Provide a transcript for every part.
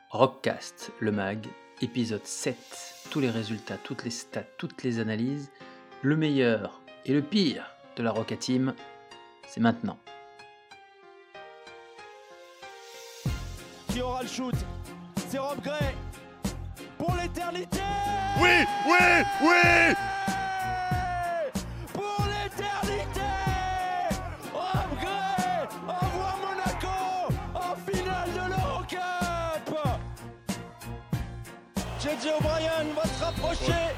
Rockcast, le mag, épisode 7. Tous les résultats, toutes les stats, toutes les analyses, le meilleur et le pire de la Rocka Team, c'est maintenant. Qui aura le shoot? C'est Rob Gray pour l'éternité. Oui, oui, oui. Pour l'éternité. Rob Gray envoie Monaco en finale de l'Eurocup. JJ O'Brien va se rapprocher.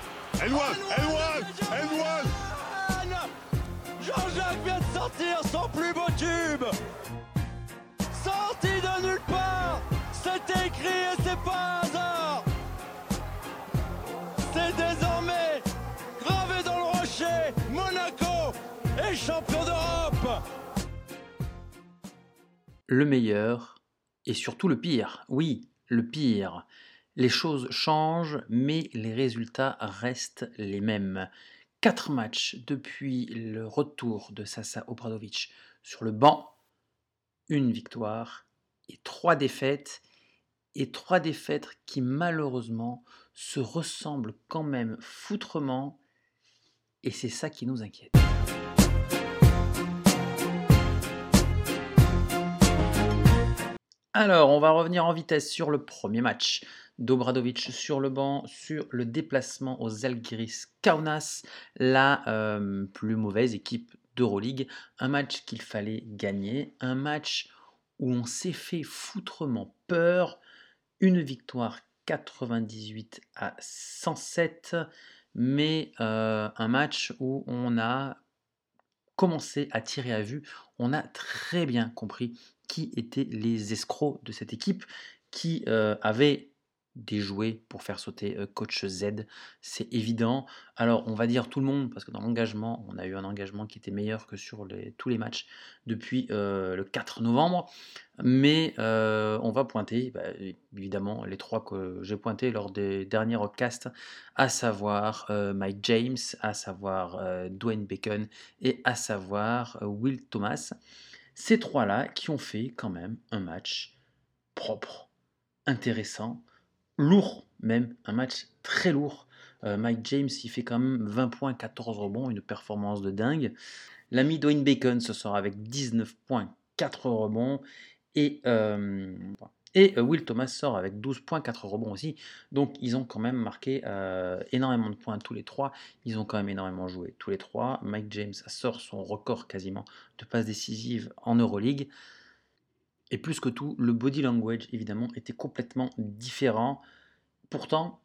N1. Jean-Jacques vient de sortir son plus beau tube. Sorti de nulle part. C'est écrit et c'est pas un hasard. C'est désormais gravé dans le rocher. Monaco est champion d'Europe. Le meilleur et surtout le pire. Oui, le pire. Les choses changent, mais les résultats restent les mêmes. 4 matchs depuis le retour de Sasa Obradović sur le banc, une victoire et 3 défaites. Et 3 défaites qui malheureusement se ressemblent quand même foutrement. Et c'est ça qui nous inquiète. Alors, on va revenir en vitesse sur le premier match d'Obradović sur le banc, sur le déplacement aux Žalgiris Kaunas, la plus mauvaise équipe d'Euroleague. Un match qu'il fallait gagner, un match où on s'est fait foutrement peur. Une victoire 98-107, mais un match où on a commencé à tirer à vue. On a très bien compris qui étaient les escrocs de cette équipe qui avait des jouets pour faire sauter coach Z, c'est évident. Alors on va dire tout le monde parce que dans l'engagement, on a eu un engagement qui était meilleur que sur tous les matchs depuis le 4 novembre. Mais on va pointer évidemment les 3 que j'ai pointés lors des derniers rockcasts, à savoir Mike James, à savoir Dwayne Bacon et à savoir Will Thomas. Ces 3-là qui ont fait quand même un match propre, intéressant, lourd même, un match très lourd. Mike James, il fait quand même 20 points, 14 rebonds, une performance de dingue. L'ami Dwayne Bacon se sort avec 19 points, 4 rebonds. Et Will Thomas sort avec 12 points, 4 rebonds aussi. Donc ils ont quand même marqué énormément de points tous les 3. Ils ont quand même énormément joué tous les 3. Mike James sort son record quasiment de passes décisives en Euroleague. Et plus que tout, le body language évidemment était complètement différent. Pourtant,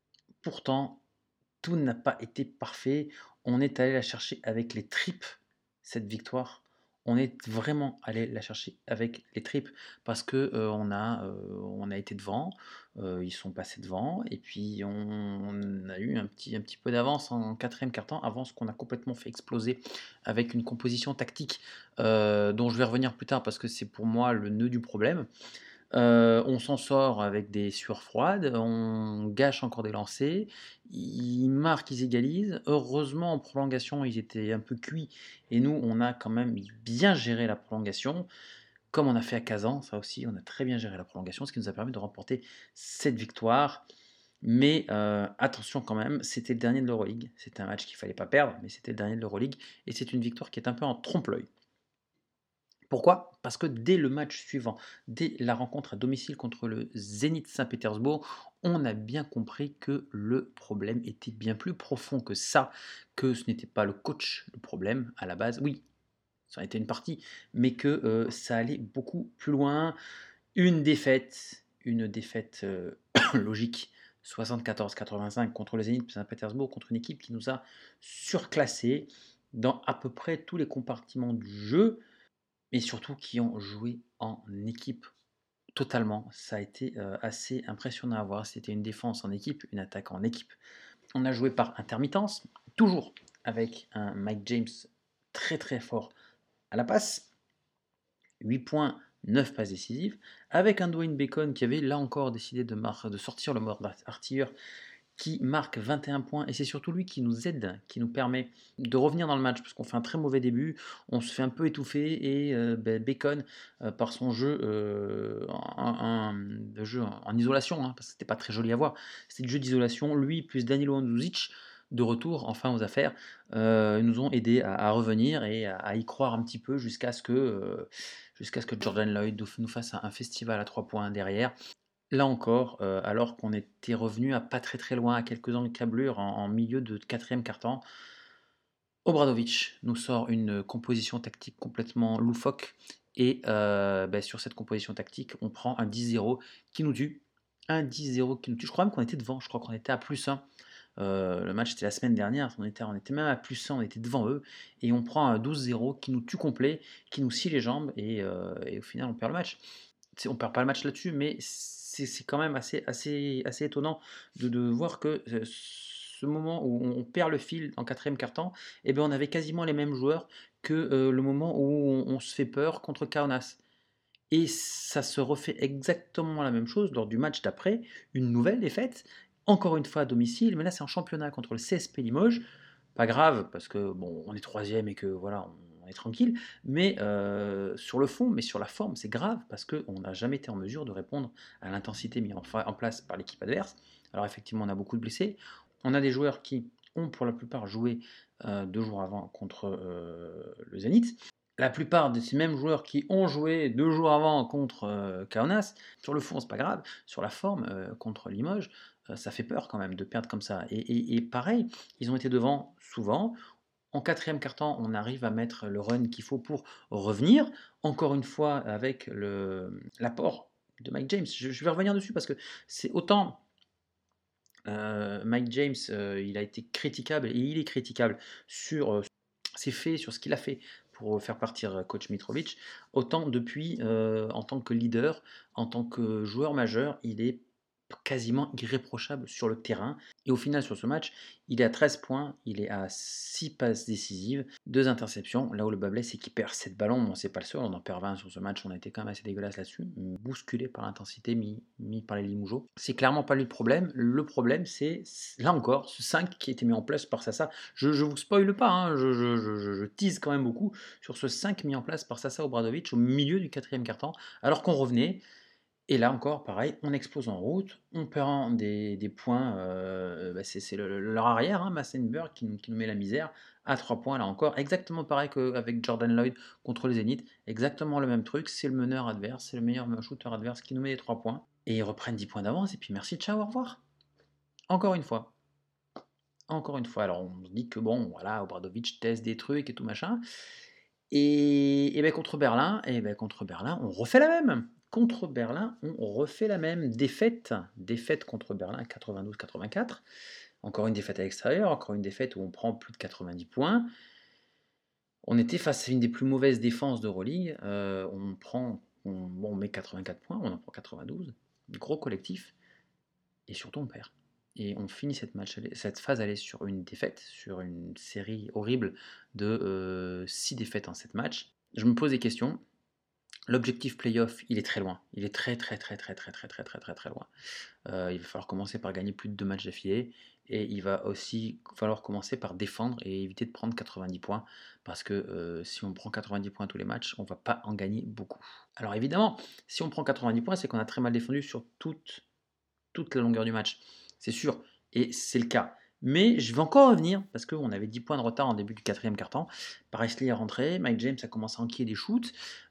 tout n'a pas été parfait. On est allé la chercher avec les tripes, cette victoire. On est vraiment allé la chercher avec les tripes parce que on a été devant, ils sont passés devant et puis on a eu un petit peu d'avance en quatrième quart-temps avant ce qu'on a complètement fait exploser avec une composition tactique dont je vais revenir plus tard parce que c'est pour moi le nœud du problème. On s'en sort avec des sueurs froides, on gâche encore des lancers, ils marquent, ils égalisent. Heureusement, en prolongation, ils étaient un peu cuits et nous, on a quand même bien géré la prolongation, comme on a fait à Kazan, ça aussi, on a très bien géré la prolongation, ce qui nous a permis de remporter cette victoire. Mais attention quand même, c'était le dernier de l'Euroleague, c'était un match qu'il ne fallait pas perdre, mais c'était le dernier de l'Euroleague et c'est une victoire qui est un peu en trompe-l'œil. Pourquoi? Parce que dès le match suivant, dès la rencontre à domicile contre le Zénith Saint-Pétersbourg, on a bien compris que le problème était bien plus profond que ça, que ce n'était pas le coach le problème à la base. Oui, ça a été une partie, mais que ça allait beaucoup plus loin. Une défaite logique, 74-85 contre le Zénith Saint-Pétersbourg, contre une équipe qui nous a surclassés dans à peu près tous les compartiments du jeu, mais surtout qui ont joué en équipe totalement. Ça a été assez impressionnant à voir. C'était une défense en équipe, une attaque en équipe. On a joué par intermittence, toujours avec un Mike James très très fort à la passe. 8 points, 9 passes décisives, avec un Dwayne Bacon qui avait là encore décidé de sortir le mode artilleur qui marque 21 points et c'est surtout lui qui nous aide, qui nous permet de revenir dans le match parce qu'on fait un très mauvais début, on se fait un peu étouffer et Bacon, par son jeu, de jeu en isolation, hein, parce que c'était pas très joli à voir, c'était du jeu d'isolation, lui plus Danilo Andzuzic, de retour enfin aux affaires, nous ont aidés à revenir et à y croire un petit peu jusqu'à ce que Jordan Lloyd nous fasse un festival à 3 points derrière. Là encore, alors qu'on était revenu à pas très très loin, à quelques encablures en milieu de quatrième quart-temps, Obradović nous sort une composition tactique complètement loufoque et sur cette composition tactique, on prend un 10-0 qui nous tue. Un 10-0 qui nous tue. Je crois même qu'on était devant, je crois qu'on était à +1. Le match c'était la semaine dernière, on était même à +1, on était devant eux et on prend un 12-0 qui nous tue complet, qui nous scie les jambes et au final on perd le match. On perd pas le match là-dessus, mais c'est quand même assez étonnant de voir que ce moment où on perd le fil en quatrième quart-temps, eh ben, on avait quasiment les mêmes joueurs que le moment où on se fait peur contre Kaunas. Et ça se refait exactement la même chose lors du match d'après, une nouvelle défaite, encore une fois à domicile, mais là c'est en championnat contre le CSP Limoges. Pas grave, parce que bon, on est troisième et que voilà, on est tranquille, mais sur le fond, mais sur la forme, c'est grave, parce qu'on n'a jamais été en mesure de répondre à l'intensité mise en place par l'équipe adverse. Alors effectivement, on a beaucoup de blessés, on a des joueurs qui ont pour la plupart joué 2 jours avant contre le Zénith, la plupart de ces mêmes joueurs qui ont joué 2 jours avant contre Kaunas, sur le fond c'est pas grave, sur la forme contre Limoges, ça fait peur quand même de perdre comme ça. Et pareil, ils ont été devant souvent. En quatrième quart-temps, on arrive à mettre le run qu'il faut pour revenir. Encore une fois, avec l'apport de Mike James. Je vais revenir dessus parce que c'est autant Mike James, il a été critiquable et il est critiquable sur ses faits, sur ce qu'il a fait pour faire partir coach Mitrovic, autant depuis, en tant que leader, en tant que joueur majeur, il est quasiment irréprochable sur le terrain. Et au final, sur ce match, il est à 13 points, il est à 6 passes décisives, 2 interceptions. Là où le bas blesse, c'est qu'il perd 7 ballons. Bon, c'est pas le seul, on en perd 20 sur ce match, on a été quand même assez dégueulasse là-dessus, bousculé par l'intensité mis par les Limougeaux. C'est clairement pas lui le problème. Le problème, c'est là encore ce 5 qui a été mis en place par Sassa. Je vous spoile pas, hein, je tease quand même beaucoup sur ce 5 mis en place par Sassa Obradovic au milieu du quatrième quart-temps, alors qu'on revenait. Et là encore, pareil, on explose en route, on perd des points, c'est leur arrière, hein, Massenberg, qui nous met la misère, à 3 points, là encore, exactement pareil qu'avec Jordan Lloyd contre les Zénith, exactement le même truc, c'est le meneur adverse, c'est le meilleur shooter adverse qui nous met les 3 points, et ils reprennent 10 points d'avance, et puis merci, ciao, au revoir. Encore une fois. Encore une fois, alors on se dit que bon, voilà, Obradovic teste des trucs et tout machin, et ben contre Berlin, on refait la même. Contre Berlin, on refait la même défaite contre Berlin 92-84. Encore une défaite à l'extérieur, encore une défaite où on prend plus de 90 points. On était face à une des plus mauvaises défenses d'Euroleague. On met 84 points, on en prend 92. Gros collectif. Et surtout, on perd. Et on finit cette phase aller sur une défaite, sur une série horrible de 6 défaites en 7 matchs. Je me pose des questions. L'objectif playoff, il est très loin. Il est très très très très très très très très très très loin. Il va falloir commencer par gagner plus de 2 matchs d'affilée. Et il va aussi falloir commencer par défendre et éviter de prendre 90 points. Parce que si on prend 90 points tous les matchs, on ne va pas en gagner beaucoup. Alors évidemment, si on prend 90 points, c'est qu'on a très mal défendu sur toute la longueur du match. C'est sûr. Et c'est le cas. Mais je vais encore revenir, parce qu'on avait 10 points de retard en début du quatrième quart-temps. Paisley est rentré, Mike James a commencé à enquiller des shoots,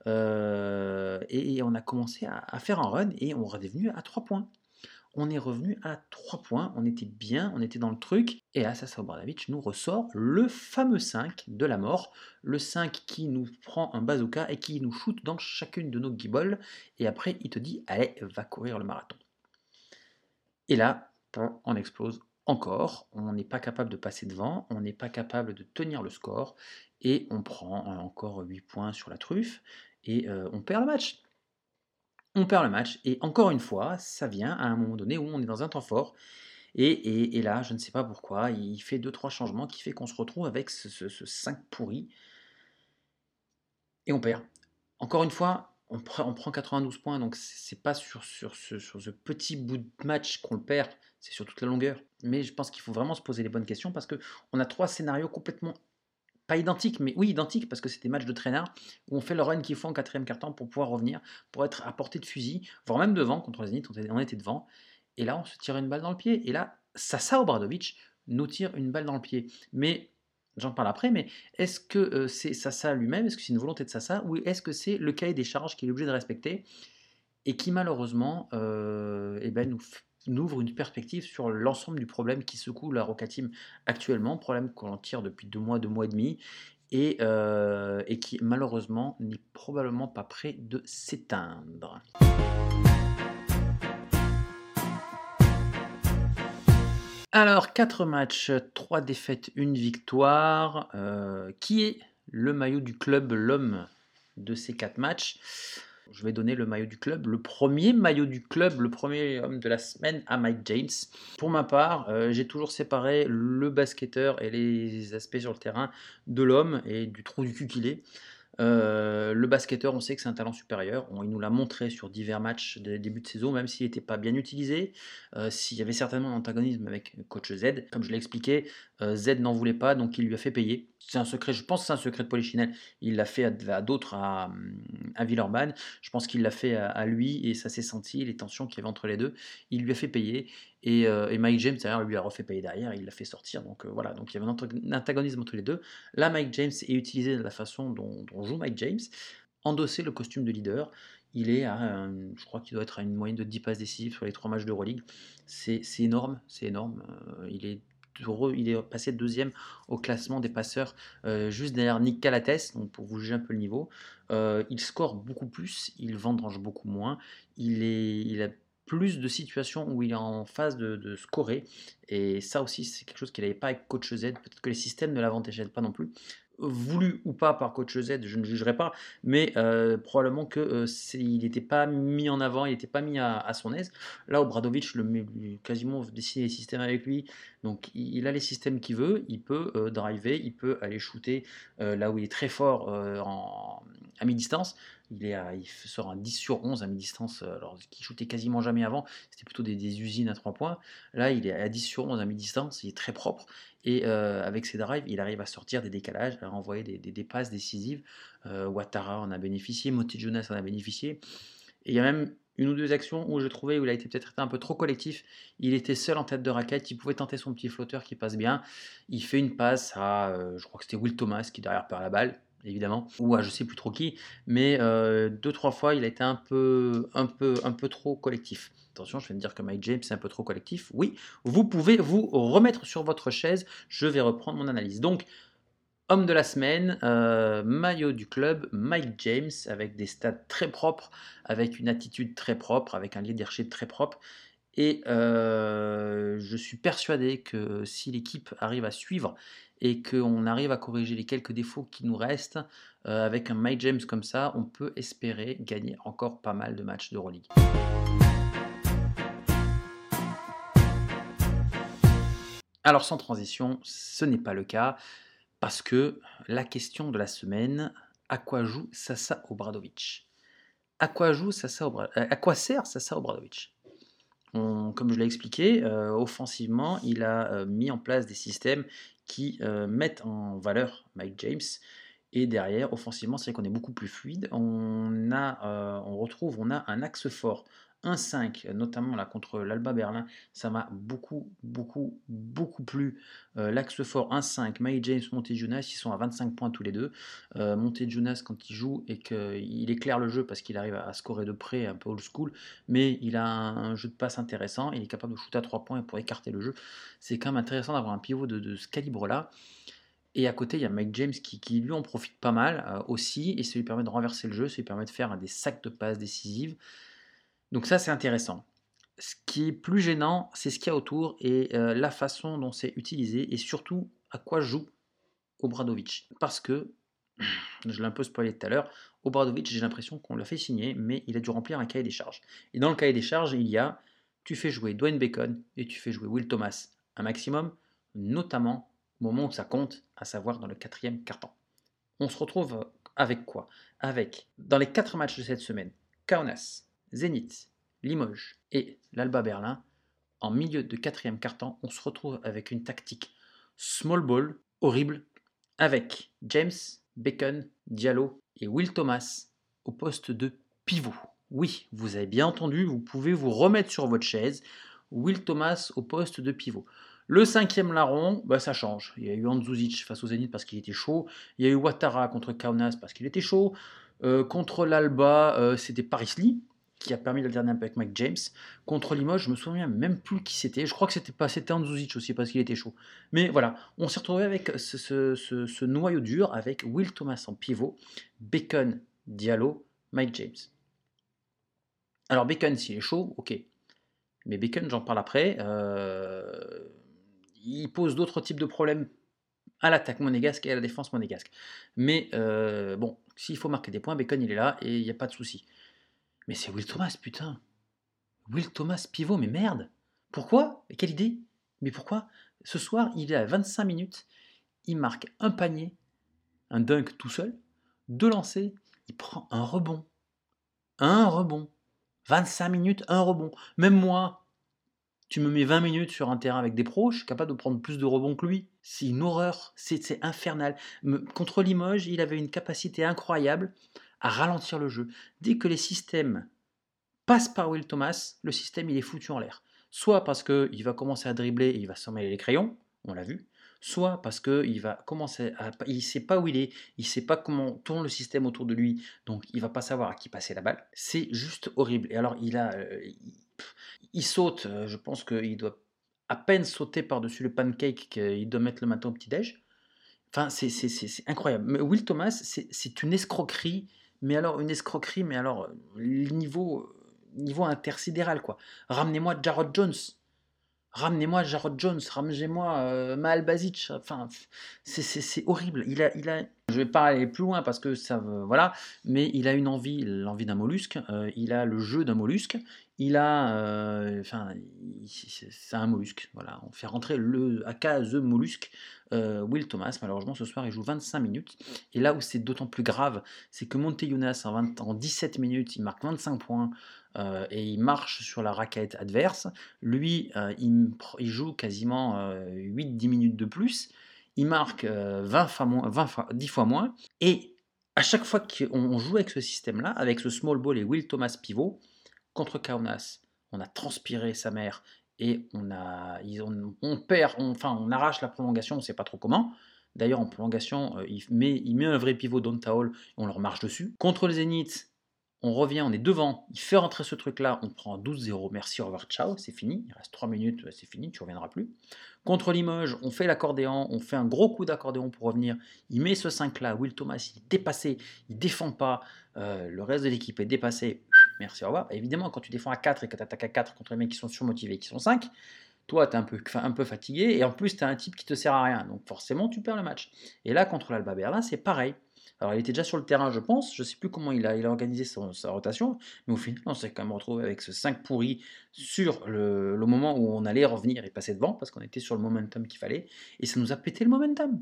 et on a commencé à faire un run, et on est revenu à 3 points. On est revenu à 3 points, on était bien, on était dans le truc, et là, Sasa Obradovic nous ressort le fameux 5 de la mort, le 5 qui nous prend un bazooka et qui nous shoot dans chacune de nos guibolles, et après il te dit, allez, va courir le marathon. Et là, on explose encore, on n'est pas capable de passer devant, on n'est pas capable de tenir le score, et on prend encore 8 points sur la truffe, et on perd le match. On perd le match, et encore une fois, ça vient à un moment donné où on est dans un temps fort, et là, je ne sais pas pourquoi, il fait 2-3 changements qui fait qu'on se retrouve avec ce 5 pourri, et on perd. Encore une fois, on prend 92 points, donc c'est pas sur ce petit bout de match qu'on le perd, c'est sur toute la longueur. Mais je pense qu'il faut vraiment se poser les bonnes questions parce qu'on a 3 scénarios complètement pas identiques, mais oui identiques parce que c'est des matchs de traînard où on fait le run qu'il faut en 4e quart-temps pour pouvoir revenir, pour être à portée de fusil, voire même devant contre le Zénith, on était devant et là on se tire une balle dans le pied et là Sasa Obradović nous tire une balle dans le pied. Mais j'en parle après, mais est-ce que, c'est Sasa lui-même? Est-ce que c'est une volonté de Sasa? Ou est-ce que c'est le cahier des charges qu'il est obligé de respecter et qui malheureusement, et ben, nous ouvre une perspective sur l'ensemble du problème qui secoue la Roca Team actuellement, problème qu'on tire depuis 2 mois et demi et qui malheureusement n'est probablement pas prêt de s'éteindre. Alors 4 matchs, 3 défaites, 1 victoire, qui est le maillot du club, l'homme de ces 4 matchs? Je vais donner le maillot du club, le premier maillot du club, le premier homme de la semaine à Mike James. Pour ma part, j'ai toujours séparé le basketteur et les aspects sur le terrain de l'homme et du trou du cul qu'il est. Le basketteur, on sait que c'est un talent supérieur. Il nous l'a montré sur divers matchs des débuts de saison, même s'il n'était pas bien utilisé. S'il y avait certainement un antagonisme avec coach Z. Comme je l'ai expliqué, Z n'en voulait pas, donc il lui a fait payer. C'est un secret, je pense que c'est un secret de Polichinelle. Il l'a fait à d'autres, à Villeurbanne. Je pense qu'il l'a fait à lui et ça s'est senti, les tensions qu'il y avait entre les deux. Il lui a fait payer et Mike James, derrière, lui a refait payer derrière, il l'a fait sortir. Donc voilà, donc il y avait un antagonisme entre les deux. Là, Mike James est utilisé de la façon dont joue Mike James, endosser le costume de leader. Il est à, je crois qu'il doit être à une moyenne de 10 passes décisives sur les 3 matchs d'Euroleague. C'est énorme, c'est énorme. Il est passé deuxième au classement des passeurs, juste derrière Nick Calates, donc pour vous juger un peu le niveau. Il score beaucoup plus, il vendange beaucoup moins. Il a plus de situations où il est en phase de scorer. Et ça aussi, c'est quelque chose qu'il n'avait pas avec Coach Z. Peut-être que les systèmes ne l'avantageaient pas non plus. Voulu ou pas par Coach Z, je ne jugerai pas, mais probablement que il n'était pas mis en avant, il n'était pas mis à son aise. Là, Obradović quasiment dessiner les systèmes avec lui, donc il a les systèmes qu'il veut, il peut driver, il peut aller shooter là où il est très fort à mi-distance. Il sort un 10 sur 11 à mi-distance, alors qu'il shootait quasiment jamais avant, c'était plutôt des usines à 3 points. Là, il est à 10 sur 11 à mi-distance, il est très propre. Et avec ses drives, il arrive à sortir des décalages, à renvoyer des passes décisives. Ouattara en a bénéficié, Moti Jonas en a bénéficié. Et il y a même une ou deux actions où je trouvais où il a été peut-être un peu trop collectif. Il était seul en tête de raquette, il pouvait tenter son petit flotteur qui passe bien. Il fait une passe à, je crois que c'était Will Thomas qui derrière perd la balle, évidemment, ou à je sais plus trop qui, mais 2-3 fois il a été un peu trop collectif. Attention, je viens de dire que Mike James est un peu trop collectif. Oui, vous pouvez vous remettre sur votre chaise, je vais reprendre mon analyse. Donc, homme de la semaine, maillot du club, Mike James, avec des stats très propres, avec une attitude très propre, avec un leadership très propre. Et je suis persuadé que si l'équipe arrive à suivre et qu'on arrive à corriger les quelques défauts qui nous restent, avec un Mike James comme ça, on peut espérer gagner encore pas mal de matchs d'Euroleague. Alors sans transition, ce n'est pas le cas. Parce que la question de la semaine, à quoi joue Sasa Obradović? À quoi sert Sasa Obradović? Comme je l'ai expliqué, offensivement, il a mis en place des systèmes qui mettent en valeur Mike James. Et derrière, offensivement, c'est vrai qu'on est beaucoup plus fluide. On a un axe fort. 1-5, notamment là contre l'Alba Berlin, ça m'a beaucoup, beaucoup, beaucoup plu. L'axe fort 1-5, Mike James, Montejunas, ils sont à 25 points tous les deux. Montejunas, quand il joue et qu'il éclaire le jeu parce qu'il arrive à scorer de près, un peu old school, mais il a un jeu de passe intéressant, il est capable de shooter à 3 points pour écarter le jeu. C'est quand même intéressant d'avoir un pivot de ce calibre-là. Et à côté, il y a Mike James qui lui en profite pas mal aussi, et ça lui permet de renverser le jeu, ça lui permet de faire des sacs de passes décisives. Donc ça, c'est intéressant. Ce qui est plus gênant, c'est ce qu'il y a autour et la façon dont c'est utilisé, et surtout à quoi joue Obradović. Parce que, je l'ai un peu spoilé tout à l'heure, Obradović, j'ai l'impression qu'on l'a fait signer, mais il a dû remplir un cahier des charges. Et dans le cahier des charges, il y a, tu fais jouer Dwayne Bacon et tu fais jouer Will Thomas un maximum, notamment au moment où ça compte, à savoir dans le 4e quart-temps. On se retrouve avec quoi? Avec, dans les 4 matchs de cette semaine, Kaunas, Zénith, Limoges et l'Alba Berlin, en milieu de 4e quart-temps, on se retrouve avec une tactique small ball horrible, avec James, Bacon, Diallo et Will Thomas au poste de pivot. Oui, vous avez bien entendu, vous pouvez vous remettre sur votre chaise. Will Thomas au poste de pivot. Le 5e larron, ça change. Il y a eu Andzuzic face au Zénith parce qu'il était chaud. Il y a eu Ouattara contre Kaunas parce qu'il était chaud. Contre l'Alba, c'était Paris Lee qui a permis d'alterner un peu avec Mike James. Contre Limoges, je me souviens même plus qui c'était. Je crois que c'était Andzuzic aussi parce qu'il était chaud. Mais voilà, on s'est retrouvé avec ce noyau dur avec Will Thomas en pivot, Bacon, Diallo, Mike James. Alors Bacon, s'il est chaud, ok. Mais Bacon, j'en parle après, il pose d'autres types de problèmes à l'attaque monégasque et à la défense monégasque. Mais bon, s'il faut marquer des points, Bacon, il est là et il n'y a pas de souci. Mais c'est Will Thomas, putain. Will Thomas pivot, mais merde. Pourquoi? Quelle idée? Mais pourquoi? Ce soir, il est à 25 minutes, il marque un panier, un dunk tout seul, 2 lancers, il prend un rebond. Un rebond. 25 minutes, un rebond. Même moi, tu me mets 20 minutes sur un terrain avec des pros, je suis capable de prendre plus de rebonds que lui. C'est une horreur, c'est infernal. Contre Limoges, il avait une capacité incroyable à ralentir le jeu. Dès que les systèmes passent par Will Thomas, le système il est foutu en l'air. Soit parce qu'il va commencer à dribbler et il va s'en mêler les crayons, on l'a vu. Soit parce qu'il va commencer il ne sait pas où il est, il ne sait pas comment tourne le système autour de lui, donc il ne va pas savoir à qui passer la balle. C'est juste horrible. Et alors il saute, je pense qu'il doit à peine sauter par-dessus le pancake qu'il doit mettre le matin au petit-déj. Enfin, c'est incroyable. Mais Will Thomas, c'est une escroquerie, mais alors niveau intersidéral, quoi. Ramenez-moi Jarrod Jones. Ramenez-moi Jarrod Jones, ramenez-moi Mahal Basic. Enfin, c'est horrible. Je vais pas aller plus loin parce que ça, voilà, mais il a l'envie d'un mollusque. Il a le jeu d'un mollusque. Il a, c'est un mollusque. Voilà, on fait rentrer le aka the mollusque. Will Thomas, malheureusement, ce soir, il joue 25 minutes. Et là où c'est d'autant plus grave, c'est que Monte Younas, en 17 minutes, il marque 25 points. Et il marche sur la raquette adverse. Lui, il joue quasiment 8-10 minutes de plus. Il marque 10 fois moins. Et à chaque fois qu'on joue avec ce système-là, avec ce small ball et Will Thomas pivot, contre Kaunas, on a transpiré sa mère et on arrache la prolongation, on ne sait pas trop comment. D'ailleurs, en prolongation, il met un vrai pivot Donta Hall et on leur marche dessus. Contre le Zénith, on revient, on est devant, il fait rentrer ce truc-là, on prend 12-0, merci, au revoir, ciao, c'est fini, il reste 3 minutes, c'est fini, tu ne reviendras plus. Contre Limoges, on fait l'accordéon, on fait un gros coup d'accordéon pour revenir, il met ce 5-là, Will Thomas, il est dépassé, il ne défend pas, le reste de l'équipe est dépassé, merci, au revoir. Et évidemment, quand tu défends à 4 et que tu attaques à 4 contre les mecs qui sont surmotivés, qui sont 5, toi, tu es un peu fatigué, et en plus, tu as un type qui te sert à rien, donc forcément, tu perds le match. Et là, contre l'Alba Berlin, c'est pareil. Alors, il était déjà sur le terrain, je pense. Je ne sais plus comment il a organisé sa rotation. Mais au final, on s'est quand même retrouvé avec ce 5 pourri sur le moment où on allait revenir et passer devant, parce qu'on était sur le momentum qu'il fallait. Et ça nous a pété le momentum.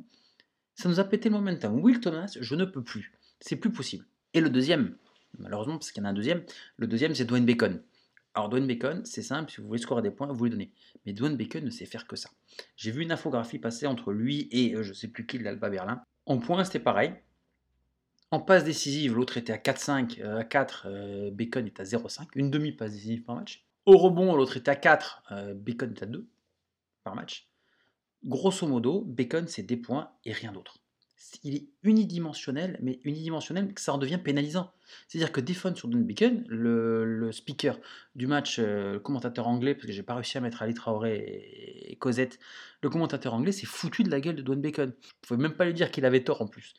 Will Thomas, je ne peux plus. C'est plus possible. Et le deuxième, malheureusement, parce qu'il y en a un deuxième, le deuxième, c'est Dwayne Bacon. Alors, Dwayne Bacon, c'est simple, si vous voulez scorer des points, vous les donnez. Mais Dwayne Bacon ne sait faire que ça. J'ai vu une infographie passer entre lui et je ne sais plus qui de l'Alba Berlin. En points, c'était pareil. En passe décisive, l'autre était à 4-5, à 4, Bacon est à 0,5, une demi-passe décisive par match. Au rebond, l'autre est à 4, Bacon est à 2 par match. Grosso modo, Bacon, c'est des points et rien d'autre. Il est unidimensionnel, mais que ça en devient pénalisant. C'est-à-dire que défendre sur Dwayne Bacon, le speaker du match, le commentateur anglais, parce que j'ai pas réussi à mettre Ali Traoré et Cosette, le commentateur anglais s'est foutu de la gueule de Dwayne Bacon. Je pouvais même pas lui dire qu'il avait tort en plus.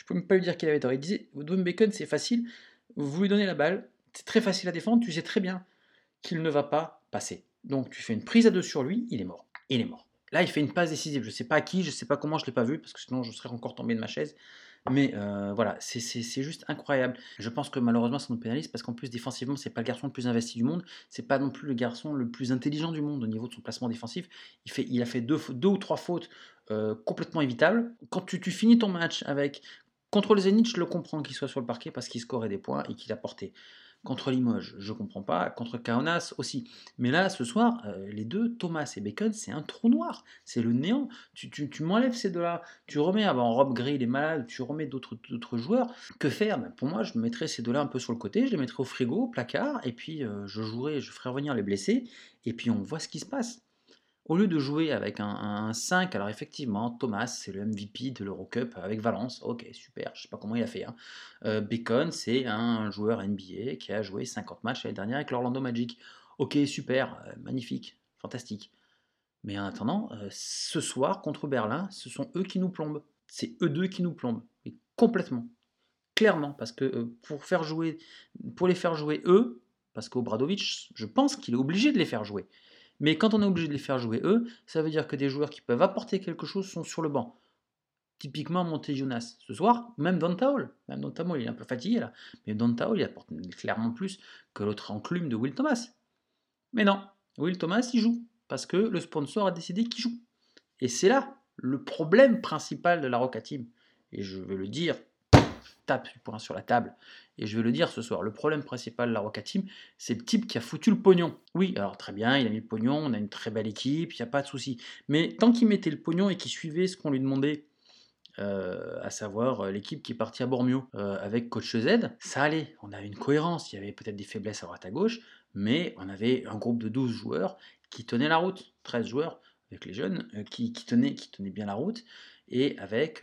Il disait, Dwayne Bacon, c'est facile, vous lui donnez la balle, c'est très facile à défendre, tu sais très bien qu'il ne va pas passer. Donc tu fais une prise à 2 sur lui, il est mort. Là, il fait une passe décisive. Je ne sais pas à qui, je ne sais pas comment, je ne l'ai pas vu, parce que sinon je serais encore tombé de ma chaise. Mais voilà, c'est juste incroyable. Je pense que malheureusement, ça nous pénalise, parce qu'en plus, défensivement, c'est pas le garçon le plus investi du monde. C'est pas non plus le garçon le plus intelligent du monde au niveau de son placement défensif. Il a fait deux ou trois fautes complètement évitables. Quand tu finis ton match avec Contre le Zénith, je le comprends qu'il soit sur le parquet parce qu'il scorait des points et qu'il apportait. Contre Limoges, je comprends pas. Contre Kaunas aussi. Mais là, ce soir, les deux, Thomas et Bacon, c'est un trou noir. C'est le néant. Tu m'enlèves ces deux-là. Tu remets, avant Rob Gray, il est malade, tu remets d'autres joueurs. Que faire? Ben, pour moi, je mettrais ces deux-là un peu sur le côté, je les mettrais au frigo, au placard, et puis je ferai revenir les blessés, et puis on voit ce qui se passe. Au lieu de jouer avec un 5, alors effectivement, Thomas, c'est le MVP de l'Eurocup avec Valence. Ok, super, je sais pas comment il a fait, hein. Bacon, c'est un joueur NBA qui a joué 50 matchs l'année dernière avec l'Orlando Magic. Ok, super, magnifique, fantastique. Mais en attendant, ce soir, contre Berlin, ce sont eux qui nous plombent. C'est eux deux qui nous plombent. Et complètement. Clairement, parce que pour les faire jouer eux, parce qu'Obradovic, je pense qu'il est obligé de les faire jouer. Mais quand on est obligé de les faire jouer eux, ça veut dire que des joueurs qui peuvent apporter quelque chose sont sur le banc. Typiquement Monte Jonas ce soir, même Dontaol. Même Dontaol, il est un peu fatigué là. Mais Dontaol, il apporte clairement plus que l'autre enclume de Will Thomas. Mais non, Will Thomas, il joue. Parce que le sponsor a décidé qu'il joue. Et c'est là le problème principal de la Roca Team. Et je veux le dire, tape du poing sur la table, et je vais le dire ce soir, le problème principal de la Roca Team, c'est le type qui a foutu le pognon. Oui, alors très bien, il a mis le pognon, on a une très belle équipe, il n'y a pas de souci. Mais tant qu'il mettait le pognon et qu'il suivait ce qu'on lui demandait, à savoir l'équipe qui est partie à Bormio avec Coach Z, ça allait, on avait une cohérence, il y avait peut-être des faiblesses à droite à gauche, mais on avait un groupe de 12 joueurs qui tenaient la route, 13 joueurs avec les jeunes, qui tenaient bien la route, et avec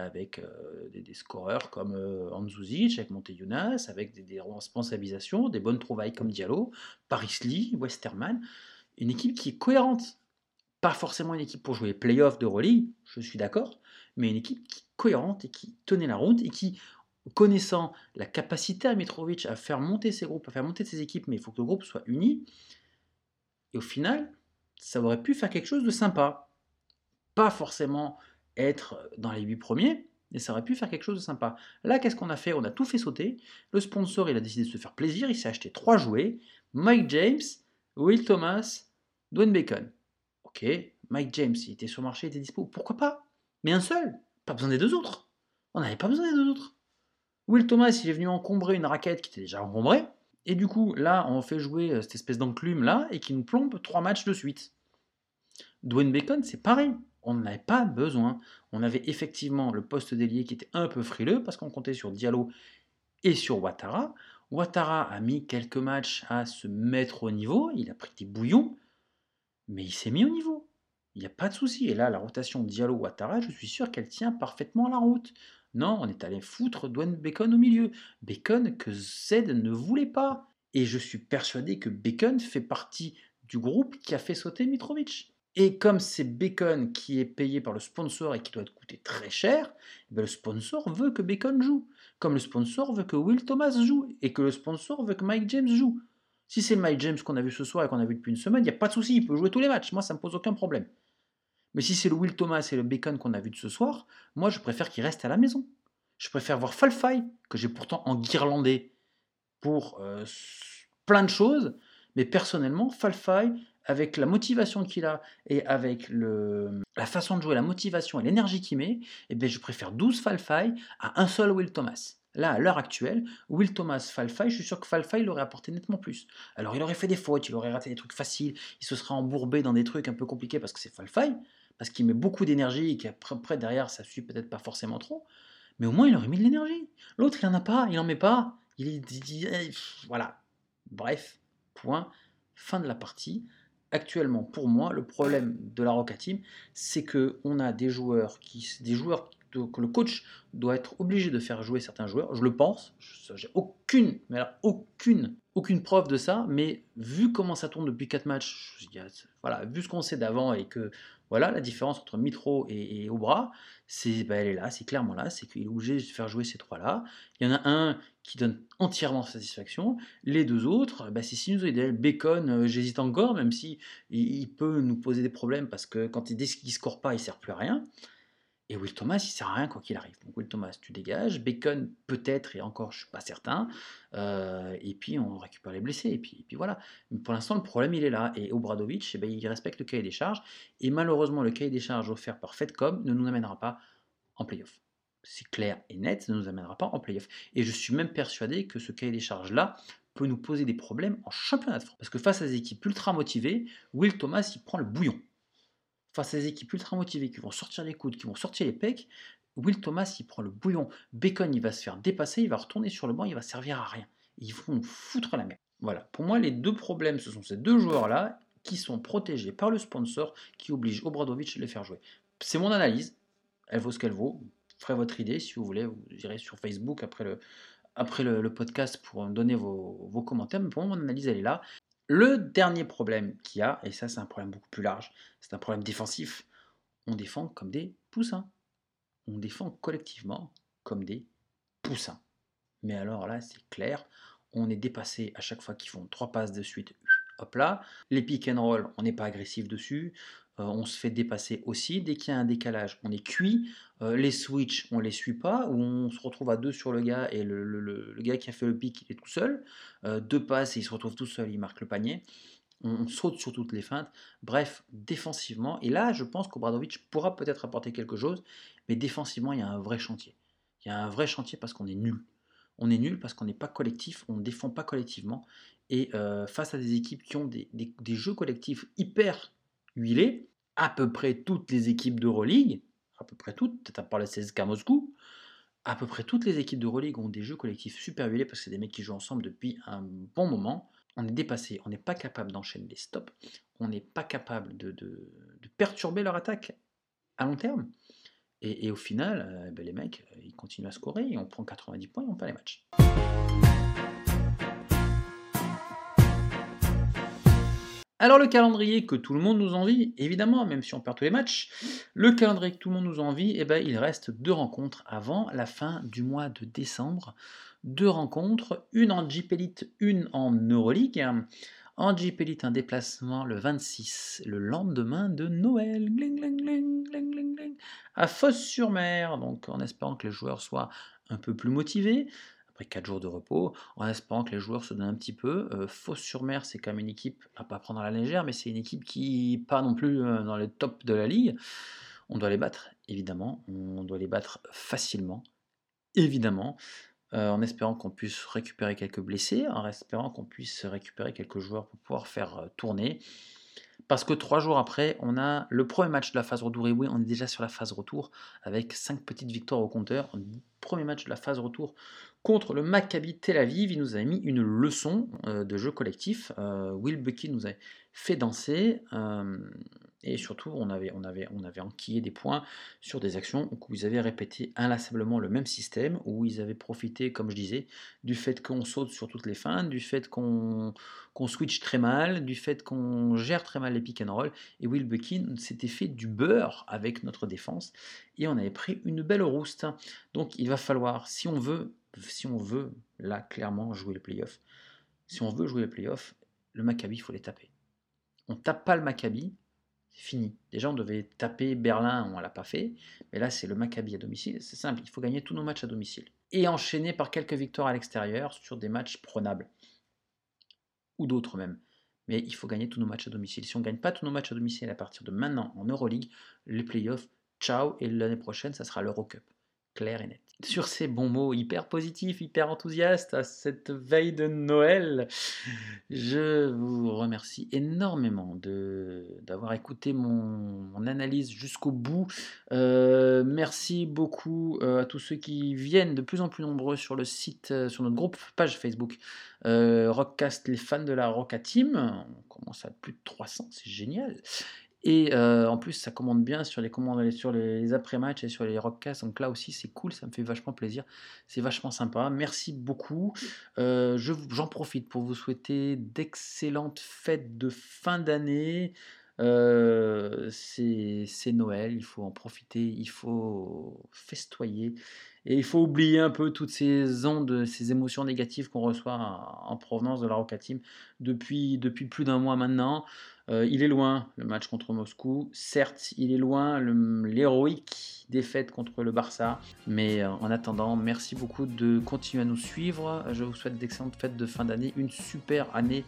des scoreurs comme Andzuzic, avec Monteyunas, avec des responsabilisations, des bonnes trouvailles comme Diallo, Paris Lee, Westerman, une équipe qui est cohérente. Pas forcément une équipe pour jouer play-off d'Euroleague, je suis d'accord, mais une équipe qui est cohérente et qui tenait la route et qui, connaissant la capacité à Mitrovic à faire monter ses groupes, à faire monter ses équipes, mais il faut que le groupe soit uni, et au final, ça aurait pu faire quelque chose de sympa. Pas forcément être dans les 8 premiers, mais ça aurait pu faire quelque chose de sympa. Là, qu'est-ce qu'on a fait? On a tout fait sauter. Le sponsor, il a décidé de se faire plaisir, il s'est acheté 3 jouets, Mike James, Will Thomas, Dwayne Bacon. Ok, Mike James, il était sur le marché, il était dispo, pourquoi pas? Mais un seul, pas besoin des deux autres. On n'avait pas besoin des deux autres. Will Thomas, il est venu encombrer une raquette qui était déjà encombrée, et du coup, là, on fait jouer cette espèce d'enclume là, et qui nous plombe 3 matchs de suite. Dwayne Bacon, c'est pareil. On n'en avait pas besoin. On avait effectivement le poste d'ailier qui était un peu frileux parce qu'on comptait sur Diallo et sur Ouattara. Ouattara a mis quelques matchs à se mettre au niveau. Il a pris des bouillons, mais il s'est mis au niveau. Il n'y a pas de souci. Et là, la rotation Diallo-Ouattara, je suis sûr qu'elle tient parfaitement la route. Non, on est allé foutre Dwayne Bacon au milieu. Bacon que Z ne voulait pas. Et je suis persuadé que Bacon fait partie du groupe qui a fait sauter Mitrovic. Et comme c'est Bacon qui est payé par le sponsor et qui doit coûter très cher, le sponsor veut que Bacon joue. Comme le sponsor veut que Will Thomas joue. Et que le sponsor veut que Mike James joue. Si c'est Mike James qu'on a vu ce soir et qu'on a vu depuis une semaine, il n'y a pas de souci, il peut jouer tous les matchs. Moi, ça ne me pose aucun problème. Mais si c'est le Will Thomas et le Bacon qu'on a vu de ce soir, moi, je préfère qu'il reste à la maison. Je préfère voir Falfay, que j'ai pourtant enguirlandé pour plein de choses. Mais personnellement, Falfay, avec la motivation qu'il a et avec la façon de jouer, la motivation et l'énergie qu'il met, eh bien, je préfère 12 Falfay à un seul Will Thomas. Là, à l'heure actuelle, Will Thomas, Falfay, je suis sûr que Falfay l'aurait apporté nettement plus. Alors, il aurait fait des fautes, il aurait raté des trucs faciles, il se serait embourbé dans des trucs un peu compliqués parce que c'est Falfay, parce qu'il met beaucoup d'énergie et qu'après, derrière, ça suit peut-être pas forcément trop. Mais au moins, il aurait mis de l'énergie. L'autre, il en a pas, il en met pas. Voilà. Bref, point. Fin de la partie. Actuellement, pour moi, le problème de la Roca Team, c'est que on a des joueurs que le coach doit être obligé de faire jouer certains joueurs. Je le pense. J'ai aucune preuve de ça. Mais vu comment ça tourne depuis 4 matchs, voilà, vu ce qu'on sait d'avant et que voilà, la différence entre Mitro et Obra, elle est là, c'est clairement là, c'est qu'il est obligé de faire jouer ces trois-là. Il y en a un qui donne entièrement satisfaction, les deux autres, c'est sinusoïdal. Bacon, j'hésite encore, même si il peut nous poser des problèmes, parce que dès qu'il ne score pas, il ne sert plus à rien. Et Will Thomas, il ne sert à rien quoi qu'il arrive. Donc Will Thomas, tu dégages. Bacon, peut-être, et encore, je ne suis pas certain. Et puis, on récupère les blessés. Et puis voilà. Mais pour l'instant, le problème, il est là. Et Obradovic, il respecte le cahier des charges. Et malheureusement, le cahier des charges offert par Fedcom ne nous amènera pas en playoff. c'est clair et net, ça ne nous amènera pas en play-off. Et je suis même persuadé que ce cahier des charges-là peut nous poser des problèmes en championnat de France. Parce que face à des équipes ultra motivées, Will Thomas, il prend le bouillon. Face à des équipes ultra motivées qui vont sortir les coudes, qui vont sortir les pecs, Will Thomas, il prend le bouillon. Bacon, il va se faire dépasser, il va retourner sur le banc, il va servir à rien. Ils vont nous foutre la merde. Voilà, pour moi, les deux problèmes, ce sont ces deux joueurs-là qui sont protégés par le sponsor qui oblige Obradovic de les faire jouer. C'est mon analyse, elle vaut ce qu'elle vaut. Ferez votre idée si vous voulez, vous irez sur Facebook après le podcast pour donner vos commentaires, mais pour moi, mon analyse, elle est là. Le dernier problème qu'il y a, et ça c'est un problème beaucoup plus large, c'est un problème défensif, on défend comme des poussins. On défend collectivement comme des poussins. Mais alors là, c'est clair, on est dépassé à chaque fois qu'ils font 3 passes de suite. Hop là, les pick and roll, on n'est pas agressif dessus, on se fait dépasser aussi. Dès qu'il y a un décalage, on est cuit. Les switches, on les suit pas, ou on se retrouve à 2 sur le gars et le gars qui a fait le pick, il est tout seul. 2 passes et il se retrouve tout seul, il marque le panier. On saute sur toutes les feintes. Bref, défensivement, et là, je pense qu'Obradovic pourra peut-être apporter quelque chose, mais défensivement, il y a un vrai chantier. Il y a un vrai chantier parce qu'on est nul. On est nul parce qu'on n'est pas collectif, on ne défend pas collectivement. Et face à des équipes qui ont des jeux collectifs hyper huilés, à peu près toutes les équipes d'Euroleague, à peu près toutes, peut-être à part la CSKA Moscou, à peu près toutes les équipes d'Euroleague ont des jeux collectifs super huilés parce que c'est des mecs qui jouent ensemble depuis un bon moment. On est dépassé, on n'est pas capable d'enchaîner les stops, on n'est pas capable de perturber leur attaque à long terme. Et au final, les mecs, ils continuent à scorer et on prend 90 points et on perd les matchs. Alors le calendrier que tout le monde nous envie, évidemment, même si on perd tous les matchs, le calendrier que tout le monde nous envie, il reste 2 rencontres avant la fin du mois de décembre. 2 rencontres, une en Jeep Elite, une en Euroleague. En Jeep Elite, un déplacement le 26, le lendemain de Noël, gling, gling, gling, gling, gling, gling, à Fos-sur-Mer, donc en espérant que les joueurs soient un peu plus motivés. Après 4 jours de repos, en espérant que les joueurs se donnent un petit peu. Fos-sur-Mer, c'est quand même une équipe à pas prendre à la légère, mais c'est une équipe qui pas non plus dans le top de la ligue. On doit les battre, évidemment. On doit les battre facilement, évidemment. En espérant qu'on puisse récupérer quelques blessés, en espérant qu'on puisse récupérer quelques joueurs pour pouvoir faire tourner. Parce que 3 jours après, on a le premier match de la phase retour. Et oui, on est déjà sur la phase retour avec 5 petites victoires au compteur. Premier match de la phase retour contre le Maccabi Tel Aviv. Il nous avait mis une leçon de jeu collectif. Will Bucky nous avait fait danser. Et surtout, on avait enquillé des points sur des actions où ils avaient répété inlassablement le même système, où ils avaient profité, comme je disais, du fait qu'on saute sur toutes les feintes, du fait qu'on switch très mal, du fait qu'on gère très mal les pick and roll. Et Will Bucky s'était fait du beurre avec notre défense et on avait pris une belle rouste. Donc il va falloir, si on veut là clairement jouer les playoffs, si on veut jouer les playoffs, le Maccabi, il faut les taper. On tape pas le Maccabi, c'est fini. Déjà, on devait taper Berlin, on ne l'a pas fait. Mais là, c'est le Maccabi à domicile. C'est simple, il faut gagner tous nos matchs à domicile. Et enchaîner par quelques victoires à l'extérieur sur des matchs prenables. Ou d'autres même. Mais il faut gagner tous nos matchs à domicile. Si on ne gagne pas tous nos matchs à domicile à partir de maintenant en Euroleague, les playoffs, ciao. Et l'année prochaine, ça sera l'Eurocup. Clair et net. Sur ces bons mots hyper positifs, hyper enthousiastes, à cette veille de Noël, je vous remercie énormément d'avoir écouté mon analyse jusqu'au bout. Merci beaucoup à tous ceux qui viennent de plus en plus nombreux sur le site, sur notre groupe, page Facebook, Rockcast, les fans de la Rocka Team. On commence à plus de 300, c'est génial. Et en plus, ça commande bien sur les après-matchs et sur les rockcasts. Donc là aussi, c'est cool, ça me fait vachement plaisir. C'est vachement sympa. Merci beaucoup. J'en profite pour vous souhaiter d'excellentes fêtes de fin d'année. C'est Noël, il faut en profiter, il faut festoyer. Et il faut oublier un peu toutes ces ondes, ces émotions négatives qu'on reçoit en provenance de la Rocka Team depuis plus d'un mois maintenant. Il est loin le match contre Moscou, certes il est loin l'héroïque défaite contre le Barça, mais en attendant, merci beaucoup de continuer à nous suivre, je vous souhaite d'excellentes fêtes de fin d'année, une super année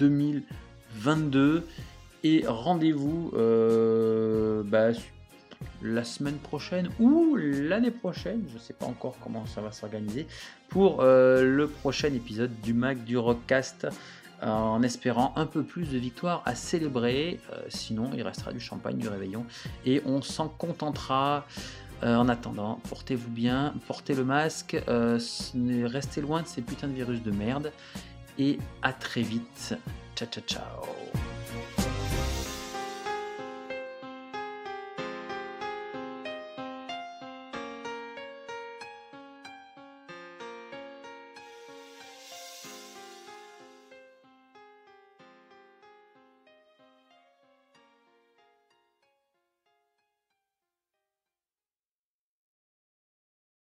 2022, et rendez-vous la semaine prochaine ou l'année prochaine, je ne sais pas encore comment ça va s'organiser, pour le prochain épisode du Mag du Rockcast, en espérant un peu plus de victoires à célébrer. Sinon, il restera du champagne, du réveillon, et on s'en contentera. En attendant, portez-vous bien, portez le masque, restez loin de ces putains de virus de merde, et à très vite. Ciao ciao ciao.